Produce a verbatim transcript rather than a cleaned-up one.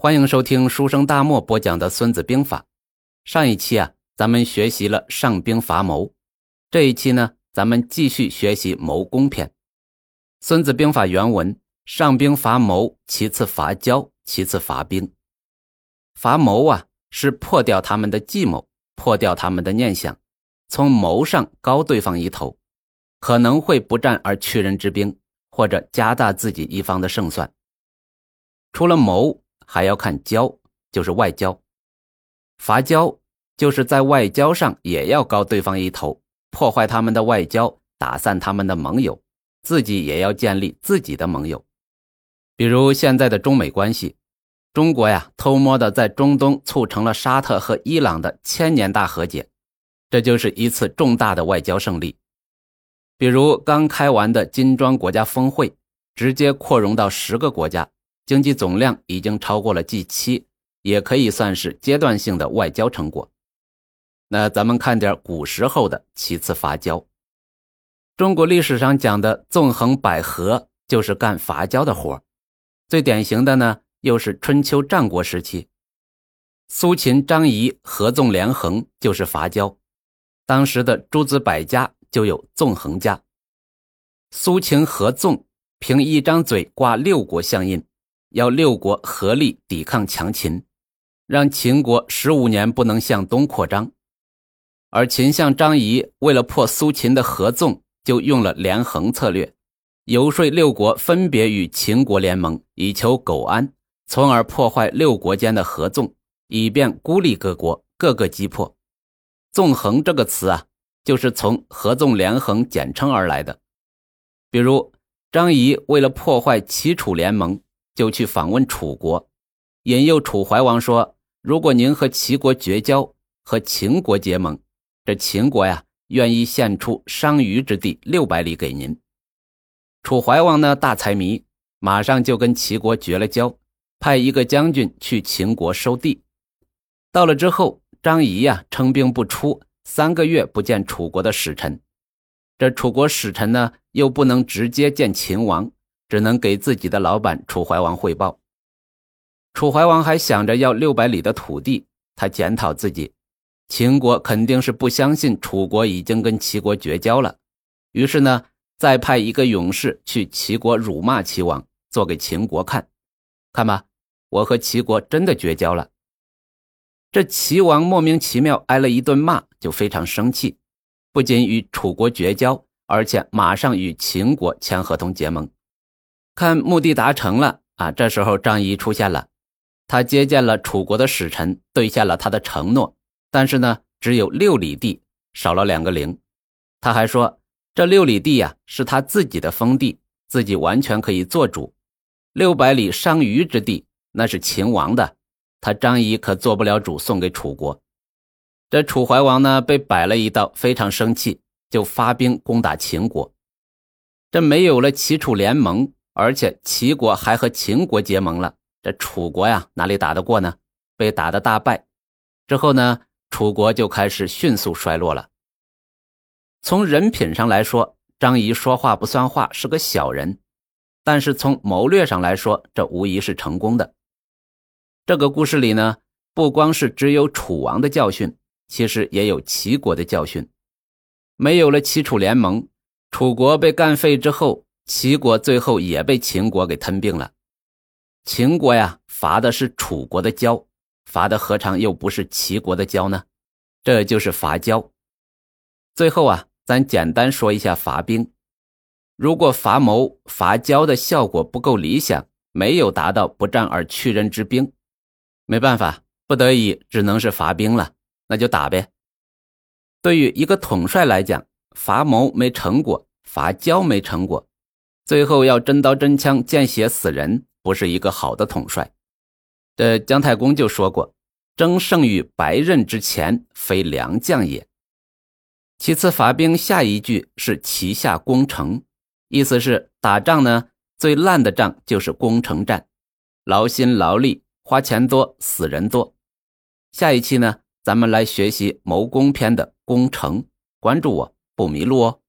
欢迎收听书生大漠播讲的孙子兵法。上一期啊，咱们学习了上兵伐谋，这一期呢，咱们继续学习谋攻篇。孙子兵法原文：上兵伐谋，其次伐交，其次伐兵。伐谋啊，是破掉他们的计谋，破掉他们的念想，从谋上高对方一头，可能会不战而屈人之兵，或者加大自己一方的胜算。除了谋，还要看交，就是外交。伐交就是在外交上也要高对方一头，破坏他们的外交，打散他们的盟友，自己也要建立自己的盟友。比如现在的中美关系，中国呀偷摸的在中东促成了沙特和伊朗的千年大和解，这就是一次重大的外交胜利。比如刚开完的金砖国家峰会，直接扩容到十个国家，经济总量已经超过了 G 七， 也可以算是阶段性的外交成果。那咱们看点古时候的其次伐交。中国历史上讲的纵横捭阖就是干伐交的活，最典型的呢又是春秋战国时期，苏秦张仪合纵连横就是伐交，当时的诸子百家就有纵横家。苏秦合纵，凭一张嘴挂六国相印，要六国合力抵抗强秦，让秦国十五年不能向东扩张。而秦相张仪为了破苏秦的合纵，就用了连横策略，游说六国分别与秦国联盟，以求苟安，从而破坏六国间的合纵，以便孤立各国，各个击破。纵横这个词啊，就是从合纵连横简称而来的。比如张仪为了破坏齐楚联盟，就去访问楚国，引诱楚怀王说，如果您和齐国绝交，和秦国结盟，这秦国呀愿意献出商於之地六百里给您。楚怀王呢大财迷，马上就跟齐国绝了交，派一个将军去秦国收地。到了之后，张仪呀称病不出，三个月不见楚国的使臣。这楚国使臣呢又不能直接见秦王，只能给自己的老板楚怀王汇报。楚怀王还想着要六百里的土地，他检讨自己，秦国肯定是不相信楚国已经跟齐国绝交了，于是呢再派一个勇士去齐国辱骂齐王，做给秦国看，看吧，我和齐国真的绝交了。这齐王莫名其妙挨了一顿骂，就非常生气，不仅与楚国绝交，而且马上与秦国签合同结盟。看目的达成了啊，这时候张仪出现了，他接见了楚国的使臣，兑现了他的承诺，但是呢只有六里地，少了两个零。他还说这六里地呀、啊、是他自己的封地，自己完全可以做主，六百里商於之地那是秦王的，他张仪可做不了主，送给楚国。这楚怀王呢被摆了一道，非常生气，就发兵攻打秦国。这没有了齐楚联盟，而且齐国还和秦国结盟了，这楚国呀哪里打得过呢？被打得大败。之后呢，楚国就开始迅速衰落了。从人品上来说，张仪说话不算话，是个小人，但是从谋略上来说，这无疑是成功的。这个故事里呢，不光是只有楚王的教训，其实也有齐国的教训。没有了齐楚联盟，楚国被干废之后，齐国最后也被秦国给吞并了。秦国呀伐的是楚国的交，伐的何尝又不是齐国的交呢？这就是伐交。最后啊，咱简单说一下伐兵。如果伐谋伐交的效果不够理想，没有达到不战而屈人之兵，没办法，不得已只能是伐兵了，那就打呗。对于一个统帅来讲，伐谋没成果，伐交没成果，最后要真刀真枪见血死人，不是一个好的统帅。这姜太公就说过，争胜于白刃之前，非良将也。其次伐兵下一句是其下攻城，意思是打仗呢，最烂的仗就是攻城战，劳心劳力，花钱多，死人多。下一期呢，咱们来学习谋攻篇的攻城，关注我不迷路哦。